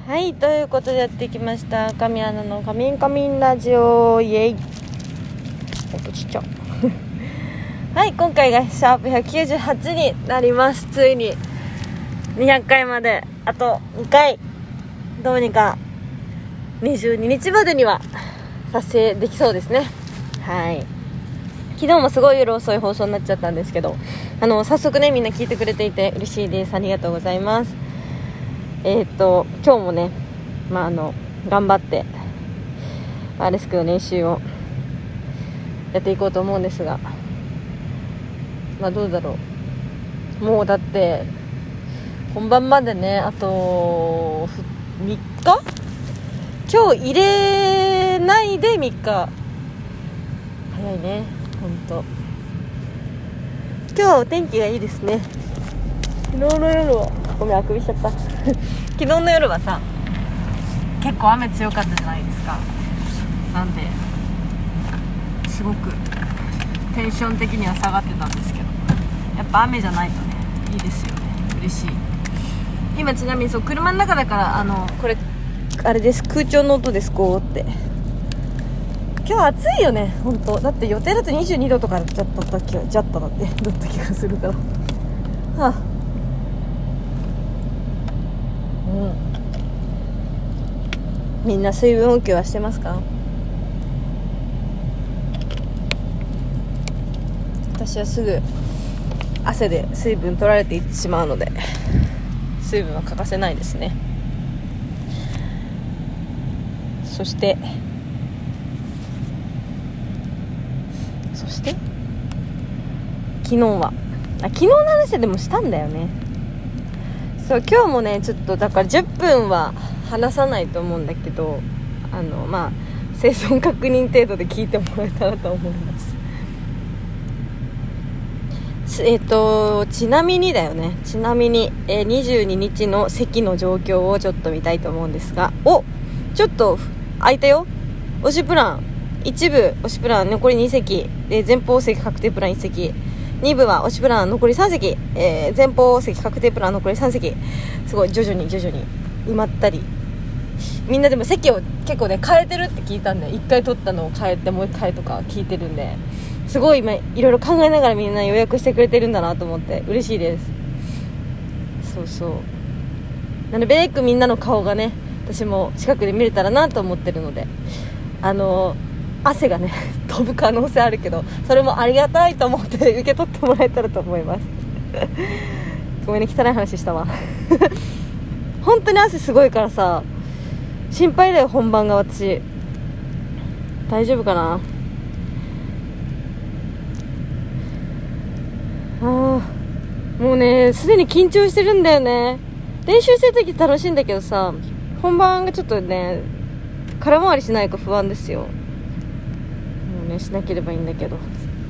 はい、ということでやってきました神アナのカミンカミンラジオ、イエイ。おちっちゃはい、今回がシャープ198になります。ついに200回まであと2回、どうにか22日までには達成できそうですね。はい、昨日もすごい夜遅い放送になっちゃったんですけど、早速ねみんな聞いてくれていて嬉しいです。ありがとうございます。今日もね、頑張ってバーレスクの練習をやっていこうと思うんですが、どうだろう。もうだって本番までねあと3日、今日入れないで3日、早いねほんと。今日はお天気がいいですね。昨日の夜はごめん、あくびしちゃった昨日の夜はさ結構雨強かったじゃないですか。なんですごくテンション的には下がってたんですけど、やっぱ雨じゃないとねいいですよね。嬉しい。今ちなみにそう車の中だからこれあれです、空調の音です。こうって今日暑いよね本当。だって予定だと22度とかだった気がするからはあ、みんな水分補給はしてますか？私はすぐ汗で水分取られていってしまうので水分は欠かせないですね。そして昨日の話でもしたんだよね。そう、今日もねちょっとだから10分は話さないと思うんだけど、生存確認程度で聞いてもらえたらと思います。ちなみに22日の席の状況をちょっと見たいと思うんですが、ちょっと空いたよ。推しプラン一部推しプラン残り2席で前方席確定プラン1席、2部は推しプラン残り3席、前方席確定プラン残り3席。すごい徐々に埋まったり、みんなでも席を結構ね変えてるって聞いたんで、1回取ったのを変えてもう1回とか聞いてるんで、すごい今いろいろ考えながらみんな予約してくれてるんだなと思って嬉しいです。なのでみんなの顔がね私も近くで見れたらなと思ってるので、汗がね飛ぶ可能性あるけどそれもありがたいと思って受け取ってもらえたらと思いますごめんね、汚い話したわ本当に汗すごいからさ心配だよ。本番が私大丈夫かな。もうねすでに緊張してるんだよね。練習してる時楽しいんだけどさ、本番がちょっとね空回りしないか不安ですよ。もうねしなければいいんだけど、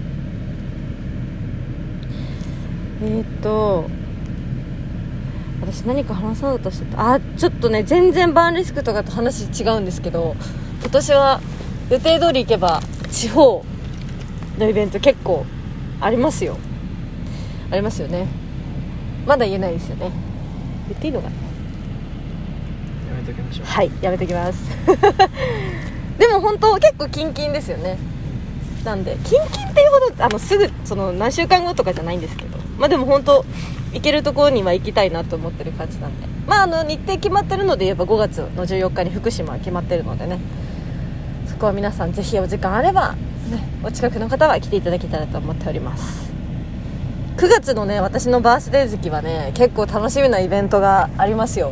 私何か話そうとしてた。ちょっとね全然バーンリスクとかと話違うんですけど、今年は予定通り行けば地方のイベント結構ありますよね。まだ言えないですよね。言っていいのかな。 やめときましょう。 はい、やめときますでも本当結構キンキンですよね。なんでキンキンっていうほどすぐ何週間後とかじゃないんですけど、でも本当行けるところには行きたいなと思ってる感じなんで、日程決まってるので言えば5月の14日に福島は決まってるのでね、そこは皆さんぜひお時間あれば、お近くの方は来ていただけたらと思っております。9月のね私のバースデー月はね結構楽しみなイベントがありますよ。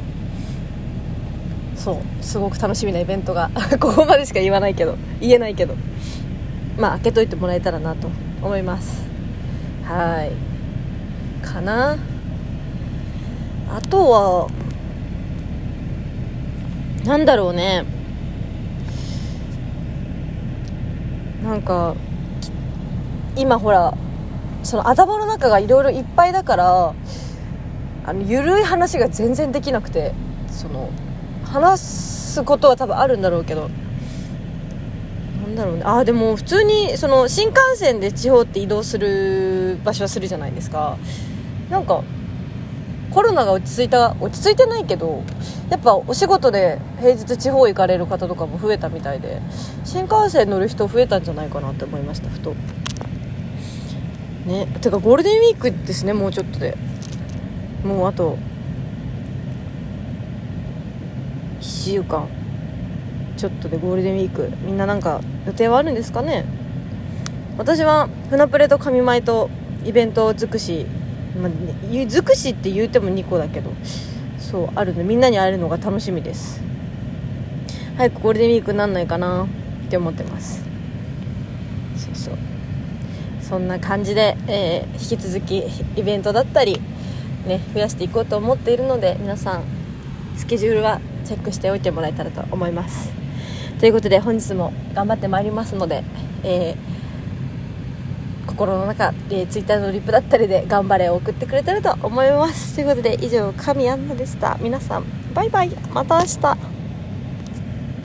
そうすごく楽しみなイベントがここまでしか言えないけど開けといてもらえたらなと思います。はいかな。あとはなんだろうね、なんか今ほら頭の中がいろいろいっぱいだからゆるい話が全然できなくて、話すことは多分あるんだろうけど、なんだろうね。でも普通に新幹線で地方って移動する場所はするじゃないですか。なんかコロナが落ち着いてないけど、やっぱお仕事で平日地方行かれる方とかも増えたみたいで、新幹線乗る人増えたんじゃないかなって思いました。ふとね。てかゴールデンウィークですね。もうちょっとで、もうあと1週間ちょっとでゴールデンウィーク。みんななんか予定はあるんですかね。私は船プレと神舞とイベント尽くし、尽くしって言うても2個だけど、そうあるので、みんなに会えるのが楽しみです。早くゴールデンウィークなんないかなって思ってます。そうそんな感じで、引き続きイベントだったりね、増やしていこうと思っているので、皆さんスケジュールはチェックしておいてもらえたらと思います。ということで本日も頑張ってまいりますので、心の中、ツイッターのリプだったりで頑張れを送ってくれたらと思います。ということで以上、神アンナでした。皆さんバイバイ、また明日。